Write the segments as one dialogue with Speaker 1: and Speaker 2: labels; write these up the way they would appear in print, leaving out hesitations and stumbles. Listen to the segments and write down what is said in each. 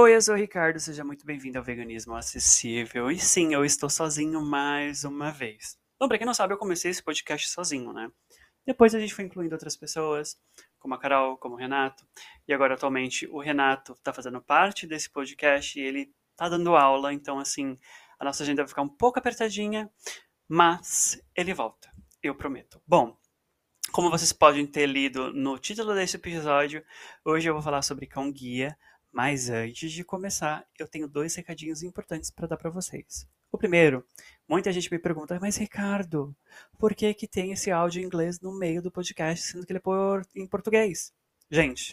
Speaker 1: Oi, eu sou o Ricardo, seja muito bem-vindo ao Veganismo Acessível. E sim, eu estou sozinho mais uma vez. Bom, pra quem não sabe, eu comecei esse podcast sozinho, né? Depois a gente foi incluindo outras pessoas, como a Carol, como o Renato. E agora, atualmente, o Renato tá fazendo parte desse podcast e ele tá dando aula, então, assim, a nossa agenda vai ficar um pouco apertadinha, mas ele volta, eu prometo. Bom, como vocês podem ter lido no título desse episódio, hoje eu vou falar sobre cão guia, mas antes de começar, eu tenho dois recadinhos importantes para dar para vocês. O primeiro, muita gente me pergunta, mas Ricardo, por que que tem esse áudio em inglês no meio do podcast, sendo que ele é em português? Gente,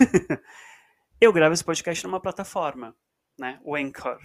Speaker 1: eu gravo esse podcast numa plataforma, né, o Anchor.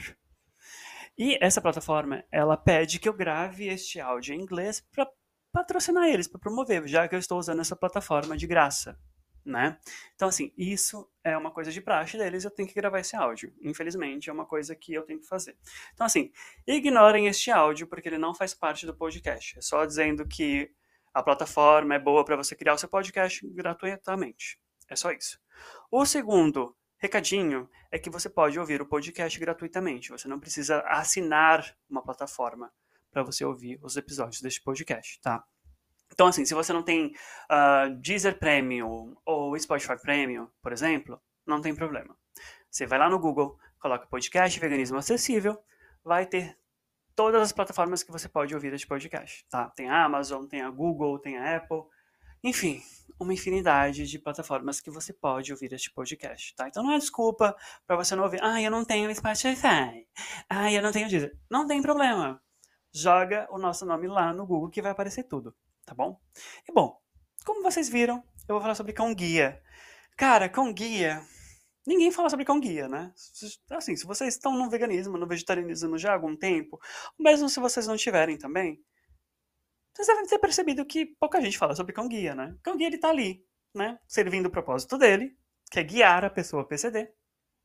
Speaker 1: E essa plataforma, ela pede que eu grave este áudio em inglês para patrocinar eles, para promover, já que eu estou usando essa plataforma de graça, né? Então, assim, isso é uma coisa de praxe deles, eu tenho que gravar esse áudio. Infelizmente, é uma coisa que eu tenho que fazer. Então, assim, ignorem este áudio, porque ele não faz parte do podcast. É só dizendo que a plataforma é boa para você criar o seu podcast gratuitamente. É só isso. O segundo recadinho é que você pode ouvir o podcast gratuitamente. Você não precisa assinar uma plataforma para você ouvir os episódios deste podcast, tá? Então, assim, se você não tem Deezer Premium ou Spotify Premium, por exemplo, não tem problema. Você vai lá no Google, coloca podcast Veganismo Acessível, vai ter todas as plataformas que você pode ouvir este podcast, tá? Tem a Amazon, tem a Google, tem a Apple, enfim, uma infinidade de plataformas que você pode ouvir este podcast, tá? Então não é desculpa para você não ouvir. Ah, eu não tenho Spotify. Ah, eu não tenho Deezer. Não tem problema. Joga o nosso nome lá no Google que vai aparecer tudo, tá bom? E bom, como vocês viram, eu vou falar sobre cão guia. Cara, cão guia. Ninguém fala sobre cão guia, né? Assim, se vocês estão no veganismo, no vegetarianismo já há algum tempo, mesmo se vocês não tiverem também, vocês devem ter percebido que pouca gente fala sobre cão guia, né? Cão guia ele tá ali, né? Servindo o propósito dele, que é guiar a pessoa PCD.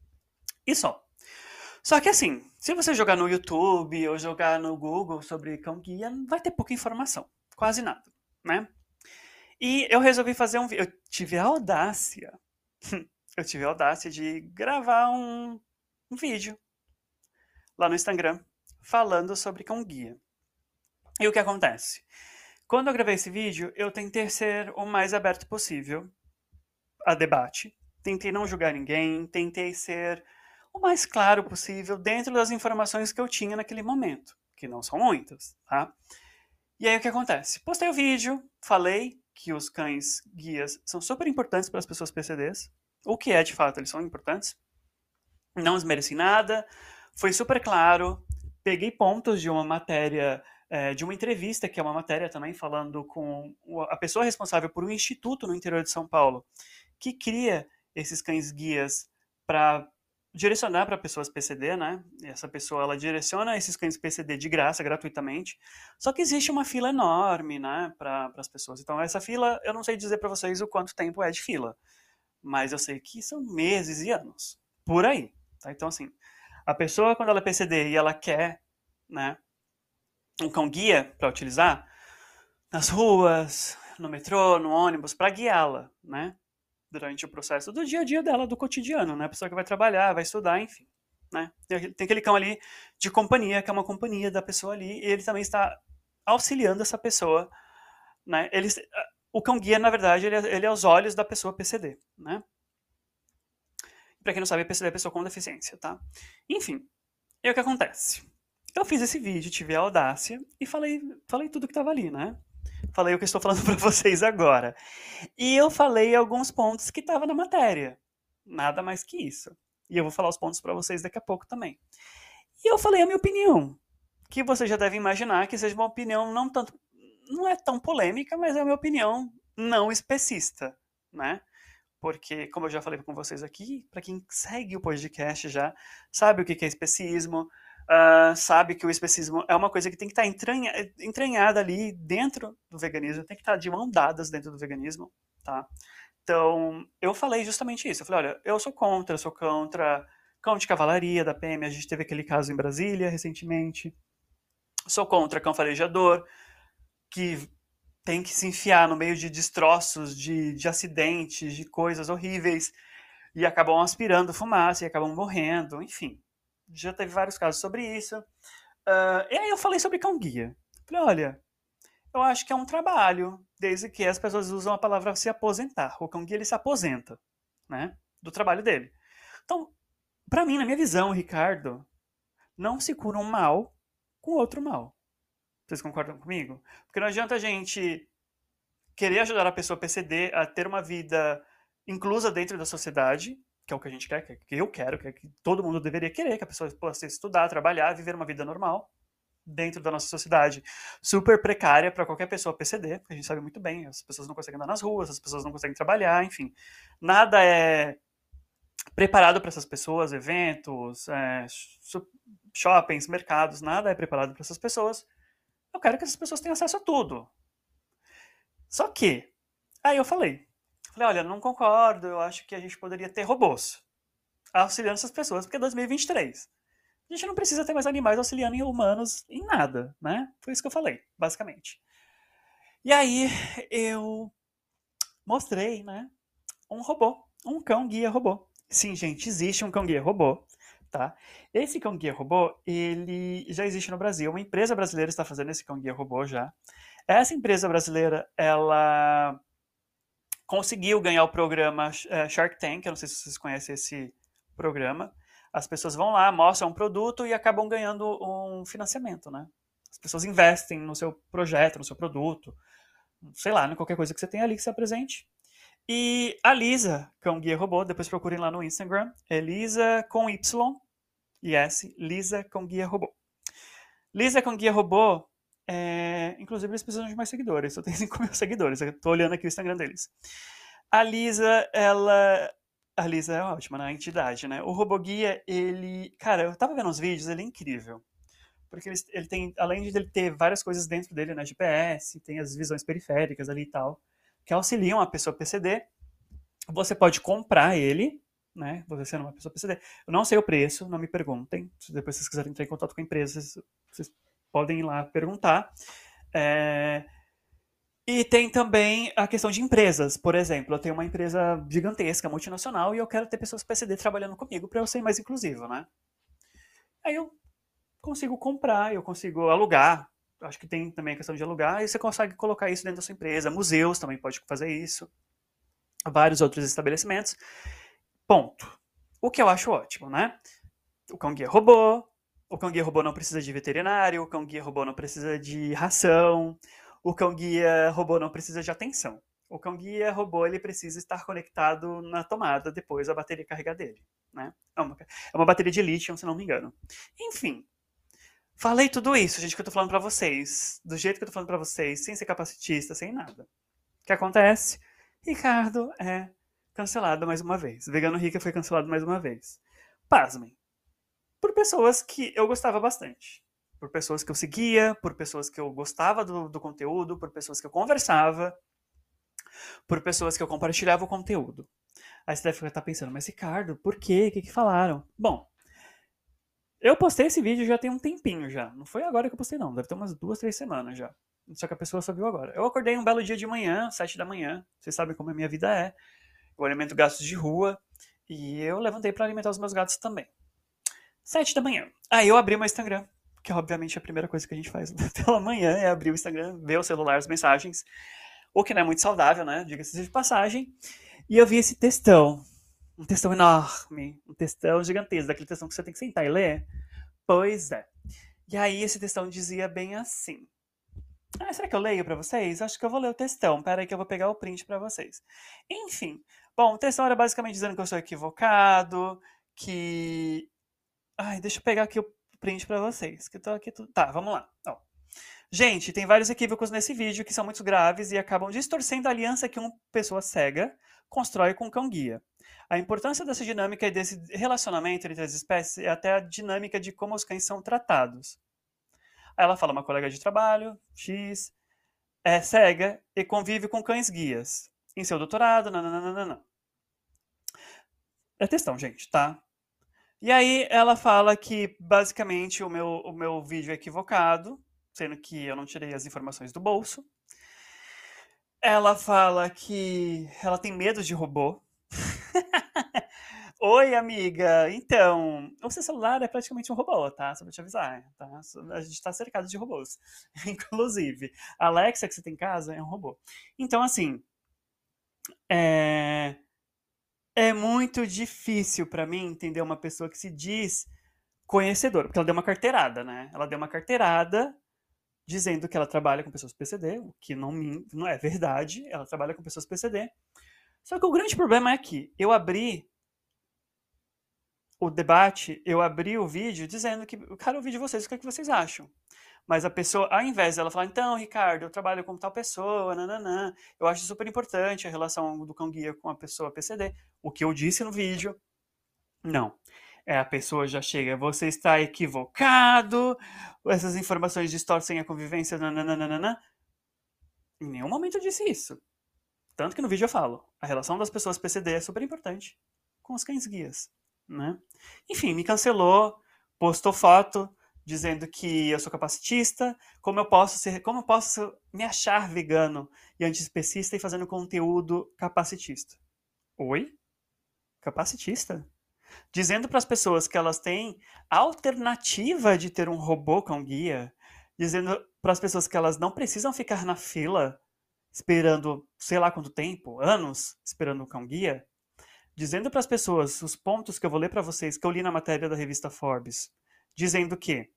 Speaker 1: E só. Só que assim, se você jogar no YouTube ou jogar no Google sobre cão guia, vai ter pouca informação. Quase nada, né? E eu resolvi fazer um vídeo. Eu tive a audácia. Eu tive a audácia de gravar um vídeo lá no Instagram falando sobre cão guia. E o que acontece? Quando eu gravei esse vídeo, eu tentei ser o mais aberto possível a debate. Tentei não julgar ninguém, tentei ser o mais claro possível dentro das informações que eu tinha naquele momento, que não são muitas, tá? E aí o que acontece? Postei o vídeo, falei que os cães guias são super importantes para as pessoas PCDs, o que é de fato, eles são importantes, não desmereci nada, foi super claro, peguei pontos de uma matéria, de uma entrevista, que é uma matéria também falando com a pessoa responsável por um instituto no interior de São Paulo, que cria esses cães guias para direcionar para pessoas PCD, né? E essa pessoa ela direciona esses cães PCD de graça, gratuitamente. Só que existe uma fila enorme, né, para as pessoas. Então essa fila, eu não sei dizer para vocês o quanto tempo é de fila, mas eu sei que são meses e anos, por aí. Tá? Então assim, a pessoa quando ela é PCD e ela quer, né, um cão guia para utilizar nas ruas, no metrô, no ônibus, para guiá-la, né? Durante o processo do dia a dia dela, do cotidiano, né? A pessoa que vai trabalhar, vai estudar, enfim. Né? Tem aquele cão ali de companhia, que é uma companhia da pessoa ali, e ele também está auxiliando essa pessoa. Né? O cão guia, na verdade, ele é os olhos da pessoa PCD. Né? Para quem não sabe, PCD é pessoa com deficiência. Tá? Enfim, e o que acontece? Eu fiz esse vídeo, tive a audácia e falei tudo que estava ali, né? Falei o que eu estou falando para vocês agora. E eu falei alguns pontos que estavam na matéria. Nada mais que isso. E eu vou falar os pontos para vocês daqui a pouco também. E eu falei a minha opinião, que você já deve imaginar que seja uma opinião não é tão polêmica, mas é uma opinião não especista, né? Porque, como eu já falei com vocês aqui, para quem segue o podcast já sabe o que é especismo, sabe que o especismo é uma coisa que tem que estar entranhada ali dentro do veganismo, tem que estar de mão dadas dentro do veganismo, tá? Então, eu falei justamente isso. Eu falei, olha, eu sou contra cão de cavalaria da PM, a gente teve aquele caso em Brasília recentemente. Sou contra cão farejador, que tem que se enfiar no meio de destroços, de acidentes, de coisas horríveis. e acabam aspirando fumaça e acabam morrendo, enfim. Já teve vários casos sobre isso. E aí eu falei sobre cão-guia. Falei, olha, eu acho que é um trabalho, desde que as pessoas usam a palavra se aposentar. O cão-guia, ele se aposenta, né, do trabalho dele. Então, pra mim, na minha visão, Ricardo, não se cura um mal com outro mal. Vocês concordam comigo? Porque não adianta a gente querer ajudar a pessoa PCD a ter uma vida inclusa dentro da sociedade, que é o que a gente quer, que eu quero, que todo mundo deveria querer, que a pessoa possa estudar, trabalhar, viver uma vida normal dentro da nossa sociedade, super precária para qualquer pessoa PCD, porque a gente sabe muito bem, as pessoas não conseguem andar nas ruas, as pessoas não conseguem trabalhar, enfim. Nada é preparado para essas pessoas, eventos, shoppings, mercados, nada é preparado para essas pessoas. Eu quero que essas pessoas tenham acesso a tudo. Só que, aí eu falei, olha, não concordo, eu acho que a gente poderia ter robôs auxiliando essas pessoas, porque é 2023. A gente não precisa ter mais animais auxiliando em humanos em nada, né? Foi isso que eu falei, basicamente. E aí eu mostrei, né, um robô, um cão-guia robô. Sim, gente, existe um cão-guia robô, tá? Esse cão-guia robô, ele já existe no Brasil. Uma empresa brasileira está fazendo esse cão-guia robô já. Essa empresa brasileira, ela conseguiu ganhar o programa Shark Tank, eu não sei se vocês conhecem esse programa. As pessoas vão lá, mostram um produto e acabam ganhando um financiamento, né? As pessoas investem no seu projeto, no seu produto, sei lá, em qualquer coisa que você tenha ali que se apresente. E a Lisa, cão guia robô, depois procurem lá no Instagram, é Lisa com Y e S, Lisa com guia robô. Lisa com guia robô, inclusive eles precisam de mais seguidores, só tem 5 mil seguidores, eu tô olhando aqui o Instagram deles. A Lisa, ela. A Lisa é ótima, né? A entidade, né? O robô guia, ele. Cara, eu tava vendo uns vídeos, ele é incrível. Porque ele tem, além de ele ter várias coisas dentro dele, né? GPS, tem as visões periféricas ali e tal, que auxiliam a pessoa PCD. Você pode comprar ele, né? Você sendo uma pessoa PCD. Eu não sei o preço, não me perguntem. Se depois vocês quiserem entrar em contato com a empresa, vocês podem ir lá perguntar. É, e tem também a questão de empresas. Por exemplo, eu tenho uma empresa gigantesca, multinacional, e eu quero ter pessoas PCD trabalhando comigo para eu ser mais inclusivo, né? Aí eu consigo comprar, eu consigo alugar. Acho que tem também a questão de alugar, e você consegue colocar isso dentro da sua empresa. Museus também pode fazer isso. Vários outros estabelecimentos. Ponto. O que eu acho ótimo, né? O cão guia robô. O cão guia robô não precisa de veterinário. O cão guia robô não precisa de ração. O cão guia robô não precisa de atenção. O cão guia robô ele precisa estar conectado na tomada depois da bateria carregar dele, né? É uma bateria de lítio, se não me engano. Enfim, falei tudo isso, gente, que eu tô falando pra vocês, do jeito que eu tô falando pra vocês, sem ser capacitista, sem nada. O que acontece? Ricardo é cancelado mais uma vez. Vegano Rica foi cancelado mais uma vez. Pasmem. Por pessoas que eu gostava bastante. Por pessoas que eu seguia, por pessoas que eu gostava do conteúdo, por pessoas que eu conversava, por pessoas que eu compartilhava o conteúdo. Aí você deve estar pensando, mas Ricardo, por quê? O que falaram? Bom, eu postei esse vídeo já tem um tempinho já. Não foi agora que eu postei, não. Deve ter umas 2, 3 semanas já. Só que a pessoa só viu agora. Eu acordei um belo dia de manhã, 7 da manhã. Vocês sabem como a minha vida é. Eu alimento gatos de rua. E eu levantei para alimentar os meus gatos também. 7 da manhã. Aí eu abri meu Instagram. Que obviamente é a primeira coisa que a gente faz pela manhã é abrir o Instagram, ver o celular, as mensagens. O que não é muito saudável, né? Diga-se de passagem. E eu vi esse textão. Um textão enorme. Um textão gigantesco. Daquele textão que você tem que sentar e ler. Pois é. E aí esse textão dizia bem assim. Será que eu leio pra vocês? Acho que eu vou ler o textão. Pera aí que eu vou pegar o print pra vocês. Enfim. Bom, o textão era basicamente dizendo que eu sou equivocado, que... Ai, deixa eu pegar aqui o print pra vocês. Que eu tô aqui tudo... Tá, vamos lá. Ó. Gente, tem vários equívocos nesse vídeo que são muito graves e acabam distorcendo a aliança que uma pessoa cega constrói com o cão-guia. A importância dessa dinâmica e desse relacionamento entre as espécies é até a dinâmica de como os cães são tratados. Aí ela fala, uma colega de trabalho, X, é cega e convive com cães-guias. Em seu doutorado, nananana. É textão, gente, tá? E aí ela fala que, basicamente, o meu vídeo é equivocado, sendo que eu não tirei as informações do bolso. Ela fala que ela tem medo de robô. Oi, amiga. Então, o seu celular é praticamente um robô, tá? Só pra te avisar, tá? A gente tá cercado de robôs. Inclusive, a Alexa que você tem em casa é um robô. Então, assim, é, é muito difícil pra mim entender uma pessoa que se diz conhecedora, porque ela deu uma carteirada, né? Ela deu uma carteirada dizendo que ela trabalha com pessoas PCD, o que não é verdade. Ela trabalha com pessoas PCD. Só que o grande problema é que eu abri o debate, eu abri o vídeo dizendo que eu quero ouvir de vocês o que, é que vocês acham. Mas a pessoa, ao invés dela falar, então, Ricardo, eu trabalho com tal pessoa, nananã, eu acho super importante a relação do cão guia com a pessoa PCD, o que eu disse no vídeo, não. É, a pessoa já chega, você está equivocado, essas informações distorcem a convivência, nananana. Em nenhum momento eu disse isso. Tanto que no vídeo eu falo, a relação das pessoas PCD é super importante com os cães guias, né? Enfim, me cancelou, postou foto dizendo que eu sou capacitista, como eu posso me achar vegano e antiespecista e fazendo conteúdo capacitista. Oi? Capacitista? Dizendo para as pessoas que elas têm a alternativa de ter um robô cão guia, dizendo para as pessoas que elas não precisam ficar na fila esperando sei lá quanto tempo, anos, esperando um cão guia, dizendo para as pessoas os pontos que eu vou ler para vocês, que eu li na matéria da revista Forbes, dizendo que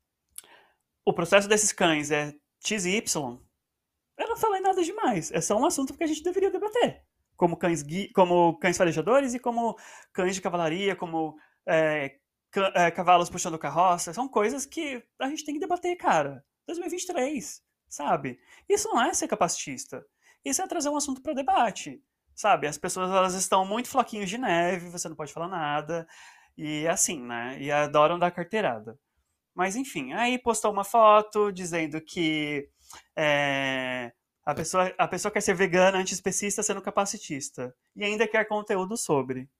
Speaker 1: o processo desses cães é X e Y, eu não falei nada demais. É só um assunto que a gente deveria debater. Como cães farejadores e como cães de cavalaria, como é, cavalos puxando carroça. São coisas que a gente tem que debater, cara. 2023, sabe? Isso não é ser capacitista. Isso é trazer um assunto para debate, sabe? As pessoas elas estão muito floquinhos de neve, você não pode falar nada. E assim, né? E adoram dar carteirada. Mas enfim, aí postou uma foto dizendo que é, a pessoa quer ser vegana, antiespecista, sendo capacitista. E ainda quer conteúdo sobre.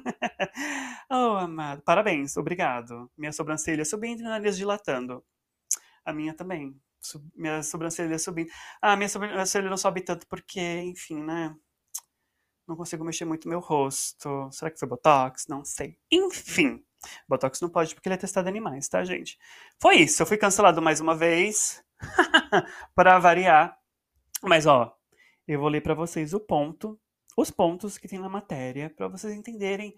Speaker 1: Oh, amado. Parabéns, obrigado. Minha sobrancelha subindo e nariz dilatando. A minha também. Minha sobrancelha subindo. Ah, minha sobrancelha não sobe tanto porque, enfim, né? Não consigo mexer muito meu rosto. Será que foi Botox? Não sei. Enfim. Botox não pode porque ele é testado em animais, tá, gente? Foi isso. Eu fui cancelado mais uma vez. Para variar. Mas, ó, eu vou ler para vocês os pontos que tem na matéria, para vocês entenderem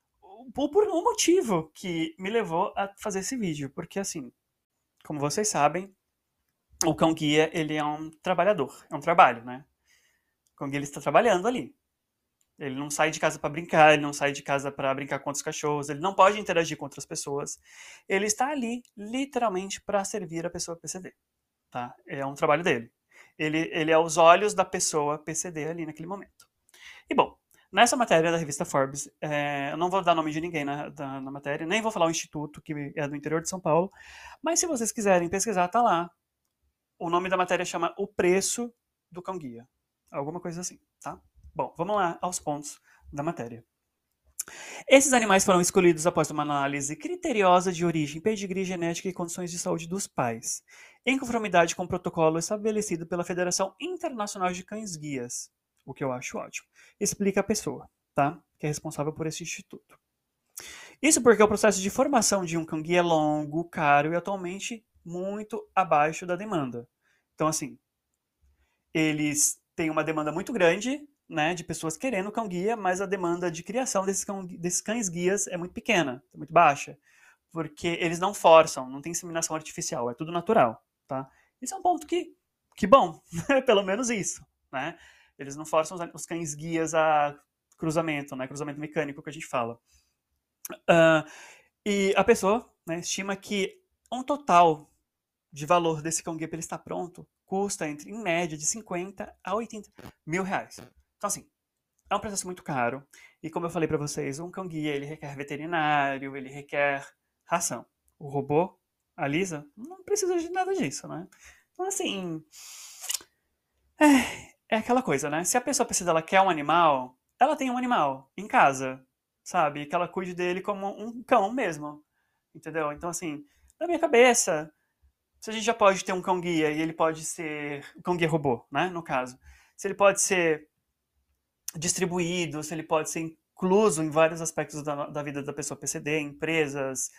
Speaker 1: o motivo que me levou a fazer esse vídeo. Porque, assim, como vocês sabem, o cão guia, ele é um trabalhador. É um trabalho, né? O cão guia, ele está trabalhando ali. Ele não sai de casa para brincar, ele não sai de casa para brincar com outros cachorros, ele não pode interagir com outras pessoas. Ele está ali, literalmente, para servir a pessoa PCD, tá? É um trabalho dele. Ele é os olhos da pessoa PCD ali naquele momento. E bom, nessa matéria da revista Forbes, eu não vou dar nome de ninguém na matéria, nem vou falar o instituto, que é do interior de São Paulo, mas se vocês quiserem pesquisar, tá lá. O nome da matéria chama O Preço do Cão Guia. Alguma coisa assim, tá? Bom, vamos lá aos pontos da matéria. Esses animais foram escolhidos após uma análise criteriosa de origem, pedigree, genética e condições de saúde dos pais, em conformidade com o protocolo estabelecido pela Federação Internacional de Cães-Guias, o que eu acho ótimo. Explica a pessoa, tá? Que é responsável por esse instituto. Isso porque o processo de formação de um cão-guia é longo, caro e atualmente muito abaixo da demanda. Então, assim, eles têm uma demanda muito grande, né, de pessoas querendo cão-guia, mas a demanda de criação desses cães-guias é muito pequena, é muito baixa, porque eles não forçam, não tem inseminação artificial, é tudo natural, tá? Isso é um ponto que bom, pelo menos isso, né? Eles não forçam os cães-guias a cruzamento, né, cruzamento mecânico que a gente fala. Uh, e a pessoa, né, estima que um total de valor desse cão guia para ele estar pronto custa em média de 50 a 80 mil reais. Então, assim, é um processo muito caro. E como eu falei para vocês, um cão guia ele requer veterinário, ele requer ração. O robô, a Lisa, não precisa de nada disso, né? Então, assim, é aquela coisa, né? Se a pessoa precisa, ela quer um animal, ela tem um animal em casa, sabe? Que ela cuide dele como um cão mesmo, entendeu? Então, assim, na minha cabeça, se a gente já pode ter um cão guia e ele pode ser um cão guia robô, né, no caso. Se ele pode ser distribuído, se ele pode ser incluso em vários aspectos da vida da pessoa PCD, empresas,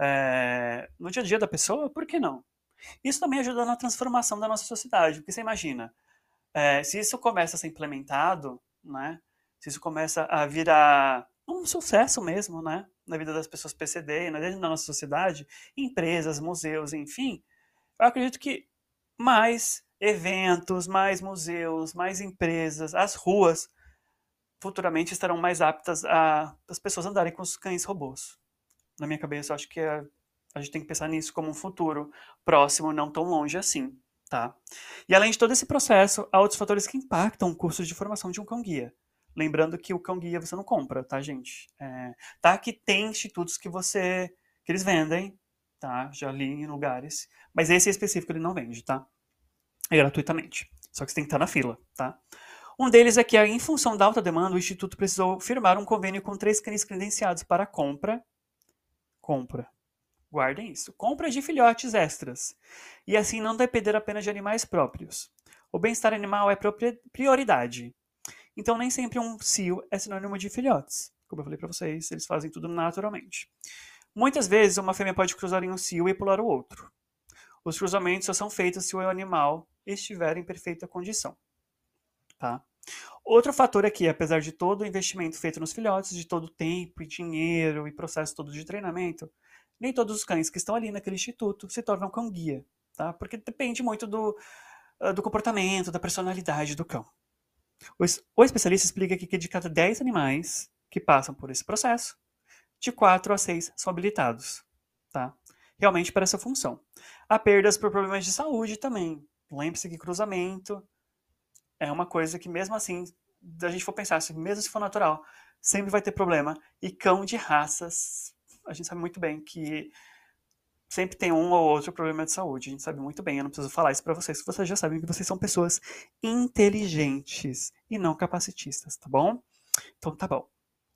Speaker 1: no dia a dia da pessoa, por que não? Isso também ajuda na transformação da nossa sociedade, porque você imagina, se isso começa a ser implementado, né, se isso começa a virar um sucesso mesmo, né, na vida das pessoas PCD, dentro da nossa sociedade, empresas, museus, enfim, eu acredito que mais eventos, mais museus, mais empresas, as ruas futuramente estarão mais aptas a as pessoas andarem com os cães robôs. Na minha cabeça, eu acho que a gente tem que pensar nisso como um futuro próximo, não tão longe assim, tá? E além de todo esse processo, há outros fatores que impactam o custo de formação de um cão-guia. Lembrando que o cão-guia você não compra, tá, gente? Tá que tem institutos que eles vendem, tá? Já li em lugares, mas esse específico ele não vende, tá? É gratuitamente. Só que você tem que estar na fila, tá? Um deles é que, em função da alta demanda, o Instituto precisou firmar um convênio com 3 cães credenciados para compra, guardem isso, compra de filhotes extras, e assim não depender apenas de animais próprios. O bem-estar animal é prioridade, então nem sempre um cio é sinônimo de filhotes. Como eu falei para vocês, eles fazem tudo naturalmente. Muitas vezes, uma fêmea pode cruzar em um cio e pular o outro. Os cruzamentos só são feitos se o animal estiver em perfeita condição, tá? Outro fator é que, apesar de todo o investimento feito nos filhotes, de todo o tempo e dinheiro e processo todo de treinamento, nem todos os cães que estão ali naquele instituto se tornam cão-guia, tá? Porque depende muito do comportamento, da personalidade do cão. O especialista explica que de cada 10 animais que passam por esse processo, de 4 a 6 são habilitados, tá? Realmente para essa função. Há perdas por problemas de saúde também. Lembre-se que cruzamento é uma coisa que, mesmo assim, se a gente for pensar, mesmo se for natural, sempre vai ter problema. E cão de raças, a gente sabe muito bem que sempre tem um ou outro problema de saúde. A gente sabe muito bem, eu não preciso falar isso pra vocês, que vocês já sabem que vocês são pessoas inteligentes e não capacitistas, tá bom? Então tá bom.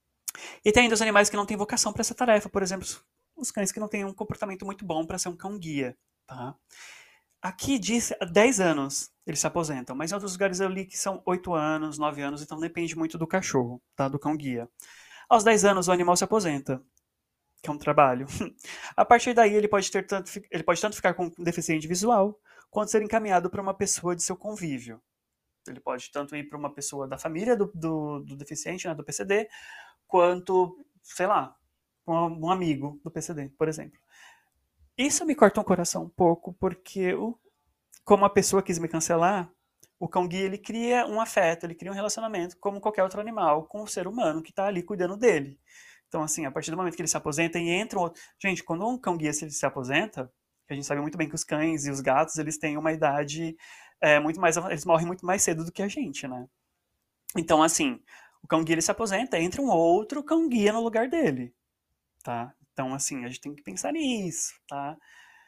Speaker 1: E tem ainda os animais que não têm vocação para essa tarefa, por exemplo, os cães que não têm um comportamento muito bom para ser um cão guia, tá? Aqui diz 10 anos eles se aposentam, mas em outros lugares eu li que são 8 anos, 9 anos, então depende muito do cachorro, tá? Do cão guia. Aos 10 anos o animal se aposenta, que é um trabalho. A partir daí ele pode tanto ficar com deficiente visual, quanto ser encaminhado para uma pessoa de seu convívio. Ele pode tanto ir para uma pessoa da família do deficiente, né, do PCD, quanto, sei lá, um amigo do PCD, por exemplo. Isso me corta um coração um pouco, porque como a pessoa quis me cancelar, o cão guia ele cria um afeto, ele cria um relacionamento como qualquer outro animal com o ser humano que está ali cuidando dele. Então, assim, a partir do momento que ele se aposenta e entra um outro... Gente, quando um cão guia se aposenta, a gente sabe muito bem que os cães e os gatos, eles têm uma idade muito mais... Eles morrem muito mais cedo do que a gente, né? Então, assim, o cão guia ele se aposenta, entra um outro cão guia no lugar dele, tá? Então, assim, a gente tem que pensar nisso, tá?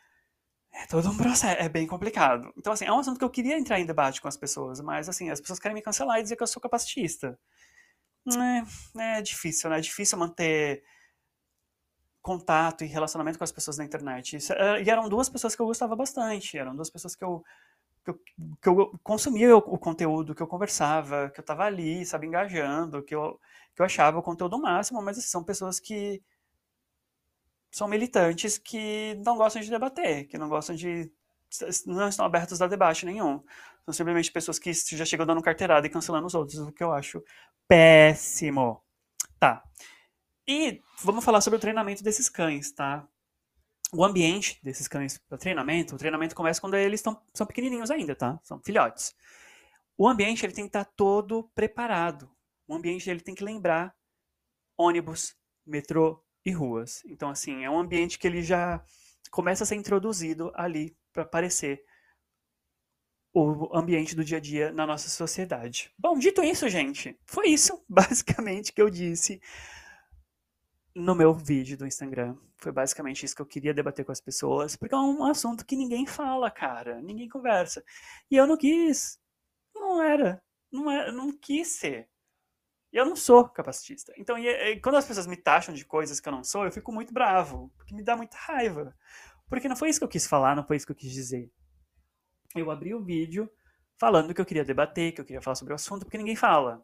Speaker 1: É todo um processo, é bem complicado. Então, assim, é um assunto que eu queria entrar em debate com as pessoas, mas, assim, as pessoas querem me cancelar e dizer que eu sou capacitista. É difícil, né? É difícil manter contato e relacionamento com as pessoas na internet. E eram duas pessoas que eu gostava bastante, eram duas pessoas que eu, que eu consumia o conteúdo, que eu conversava, que eu tava ali, sabe, engajando, que eu achava o conteúdo máximo, mas assim, são pessoas que são militantes que não gostam de debater, que não gostam de. Não estão abertos a debate nenhum. São simplesmente pessoas que já chegam dando carteirada e cancelando os outros, o que eu acho péssimo. Tá. E vamos falar sobre o treinamento desses cães, tá? O ambiente desses cães para treinamento, o treinamento começa quando eles são pequenininhos ainda, tá? São filhotes. O ambiente ele tem que estar todo preparado. O ambiente ele tem que lembrar ônibus, metrô e ruas. Então, assim, é um ambiente que ele já começa a ser introduzido ali para parecer o ambiente do dia a dia na nossa sociedade. Bom, dito isso, gente, foi isso basicamente que eu disse no meu vídeo do Instagram. Foi basicamente isso que eu queria debater com as pessoas, porque é um assunto que ninguém fala, cara, ninguém conversa. E eu não quis, não era, não quis ser. E eu não sou capacitista. Então, quando as pessoas me taxam de coisas que eu não sou, eu fico muito bravo, porque me dá muita raiva. Porque não foi isso que eu quis falar, não foi isso que eu quis dizer. Eu abri o vídeo falando que eu queria debater, que eu queria falar sobre o assunto, porque ninguém fala.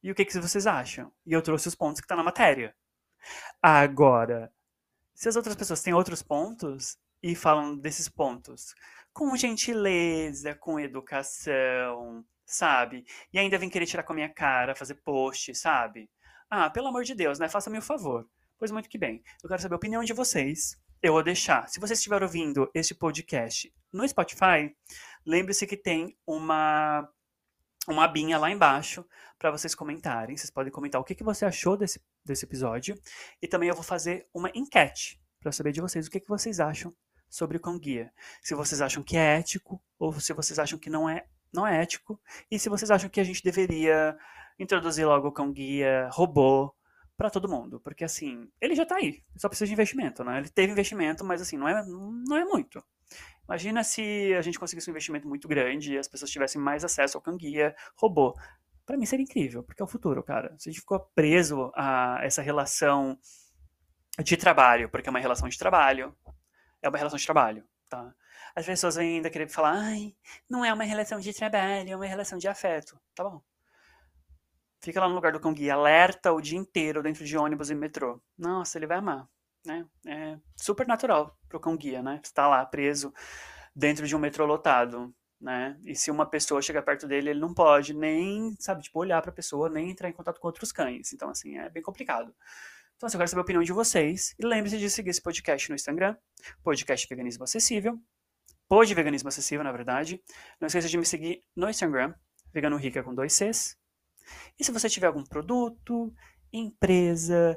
Speaker 1: E o que vocês acham? E eu trouxe os pontos que tá na matéria. Agora, se as outras pessoas têm outros pontos e falam desses pontos com gentileza, com educação, sabe? E ainda vem querer tirar com a minha cara, fazer post, sabe? Ah, pelo amor de Deus, né? Faça-me o favor. Pois muito que bem. Eu quero saber a opinião de vocês. Eu vou deixar. Se você estiver ouvindo este podcast no Spotify, lembre-se que tem uma abinha lá embaixo para vocês comentarem. Vocês podem comentar o que você achou desse episódio. E também eu vou fazer uma enquete para saber de vocês o que vocês acham sobre o cão guia. Se vocês acham que é ético ou se vocês acham que não é ético. E se vocês acham que a gente deveria introduzir logo o cão guia robô para todo mundo. Porque assim, ele já tá aí. Só precisa de investimento, né? Ele teve investimento, mas assim, não é muito. Imagina se a gente conseguisse um investimento muito grande e as pessoas tivessem mais acesso ao Kanguia robô. Pra mim seria incrível, porque é o futuro, cara. Se a gente ficou preso a essa relação de trabalho, porque é uma relação de trabalho, é uma relação de trabalho, tá? As pessoas vêm ainda querer falar, ai, não é uma relação de trabalho, é uma relação de afeto. Tá bom. Fica lá no lugar do cão guia, alerta o dia inteiro dentro de ônibus e metrô. Nossa, ele vai amar, né? É super natural pro cão guia, né? Estar lá preso dentro de um metrô lotado, né? E se uma pessoa chegar perto dele, ele não pode nem, sabe, tipo, olhar pra pessoa, nem entrar em contato com outros cães. Então, assim, é bem complicado. Então, assim, eu quero saber a opinião de vocês. E lembre-se de seguir esse podcast no Instagram, podcast Veganismo Acessível, Pod Veganismo Acessível, na verdade. Não esqueça de me seguir no Instagram, Vegano Rica com 2 Cs. E se você tiver algum produto, empresa,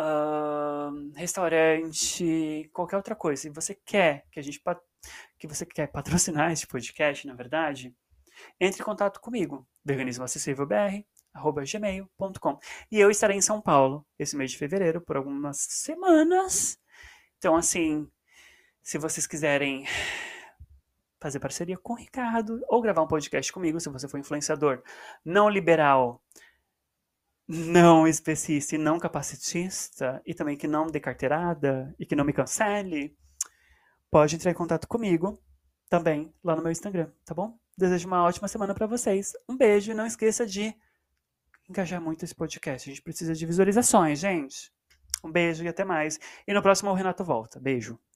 Speaker 1: restaurante, qualquer outra coisa, e você quer que você quer patrocinar esse podcast, na verdade, entre em contato comigo, veganismoacessívelbr@gmail.com. E eu estarei em São Paulo esse mês de fevereiro por algumas semanas. Então, assim, se vocês quiserem fazer parceria com o Ricardo ou gravar um podcast comigo, se você for influenciador não liberal, não especista e não capacitista, e também que não dê carteirada e que não me cancele, pode entrar em contato comigo também lá no meu Instagram, tá bom? Desejo uma ótima semana para vocês. Um beijo e não esqueça de engajar muito esse podcast. A gente precisa de visualizações, gente. Um beijo e até mais. E no próximo o Renato volta. Beijo.